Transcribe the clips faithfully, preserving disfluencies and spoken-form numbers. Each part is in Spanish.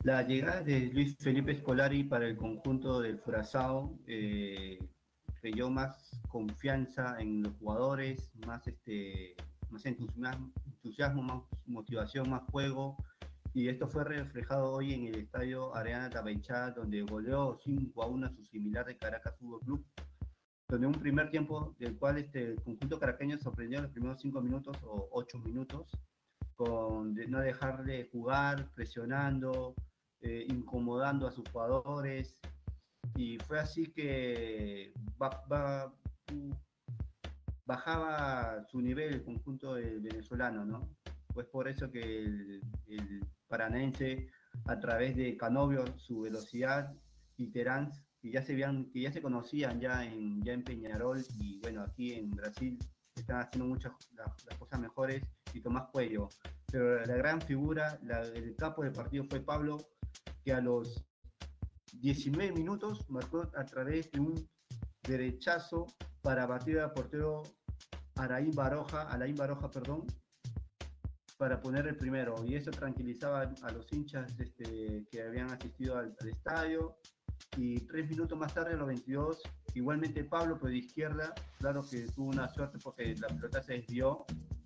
La llegada de Luis Felipe Scolari para el conjunto del Curazao eh, creyó más confianza en los jugadores, más, este, más entusiasmo, entusiasmo, más motivación, más juego. Y esto fue reflejado hoy en el estadio Arena Tabaichá, donde goleó cinco a uno a su similar de Caracas Fútbol Club, donde un primer tiempo del cual este el conjunto caraqueño sorprendió en los primeros cinco minutos o ocho minutos, con de no dejar de jugar, presionando, eh, incomodando a sus jugadores, y fue así que va, va, bajaba su nivel el conjunto venezolano, ¿no? Pues por eso que el, el paranaense, a través de Canovio, su velocidad, y Terán, que ya se habían, que ya se conocían ya en, ya en Peñarol, y bueno, aquí en Brasil están haciendo muchas las, las cosas mejores, y Tomás Cuello. Pero la gran figura, la, el capo del partido fue Pablo, que a los diecinueve minutos marcó a través de un derechazo para batir al portero Araín Baroja, Alain Baroja, perdón, para poner el primero. Y eso tranquilizaba a los hinchas este, que habían asistido al, al estadio. Y tres minutos más tarde, a los veintidós, igualmente Pablo, pero de izquierda, claro que tuvo una suerte porque la pelota se desvió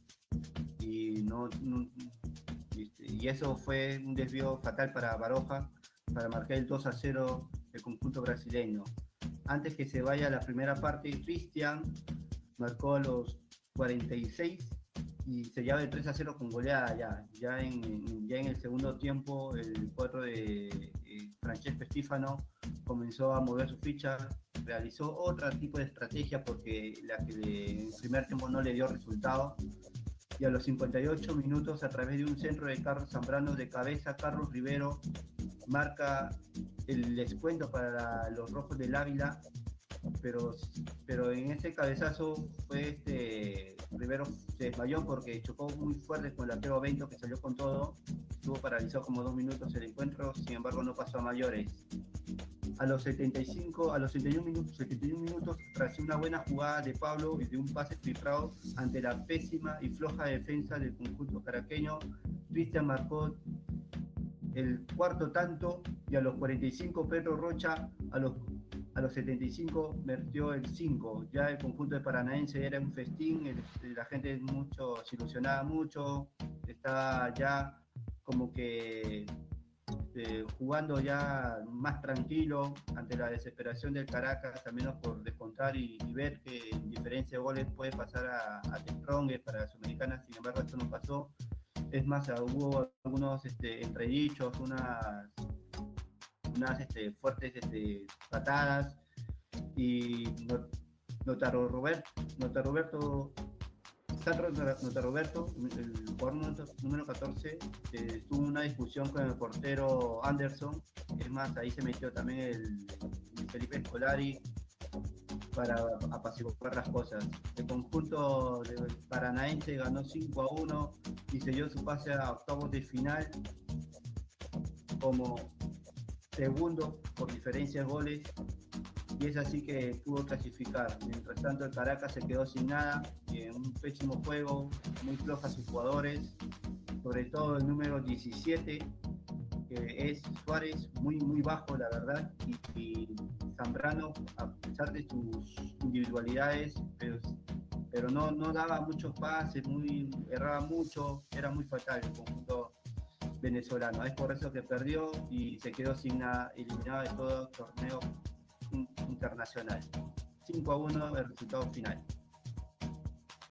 y no, no este, y eso fue un desvío fatal para Baroja para marcar el dos a cero del conjunto brasileño. Antes que se vaya la primera parte, Cristian marcó a los cuarenta y seis y se lleva el tres a cero con goleada ya. Ya en, ya en el segundo tiempo, el cuatro de eh, Francesco Estífano comenzó a mover su ficha, realizó otro tipo de estrategia porque la que de, en el primer tiempo no le dio resultado. Y a los cincuenta y ocho minutos, a través de un centro de Carlos Zambrano de cabeza, Carlos Rivero marca el descuento para los rojos del Ávila, pero, pero en ese cabezazo fue este, Rivero se desmayó porque chocó muy fuerte con el arquero Bento, que salió con todo, estuvo paralizado como dos minutos el encuentro, sin embargo no pasó a mayores. A los setenta y cinco, a los setenta y uno minutos, setenta y uno minutos, tras una buena jugada de Pablo y de un pase filtrado ante la pésima y floja defensa del conjunto caraqueño, Cristian marcó el cuarto tanto, y a los cuarenta y cinco Pedro Rocha, a los, a los setenta y cinco metió el cinco. Ya el conjunto de Paranaense era un festín, el, la gente mucho, se ilusionaba mucho, estaba ya como que eh, jugando ya más tranquilo ante la desesperación del Caracas, al menos por descontar y, y ver que en diferencia de goles puede pasar a, a Strong para la Sudamericana. Sin embargo, esto no pasó. Es más, hubo algunos este, entredichos, unas, unas este, fuertes este, patadas, y Notaro Roberto, Notaro Roberto Sandro Roberto, el jugador número catorce, eh, tuvo una discusión con el portero Anderson. Es más, ahí se metió también el, el Felipe Scolari para apaciguar las cosas. El conjunto de Paranaense ganó cinco a uno y selló su pase a octavos de final como segundo por diferencia de goles, y es así que pudo clasificar. Mientras tanto, el Caracas se quedó sin nada, y en un pésimo juego, muy flojas sus jugadores, sobre todo el número diecisiete, que es Suárez, muy, muy bajo, la verdad, y, y Zambrano, a pesar de sus individualidades, pero, pero no, no daba muchos pases, muy, erraba mucho, era muy fatal el conjunto venezolano. Es por eso que perdió y se quedó sin nada, eliminado de todo torneo internacional. cinco a uno el resultado final.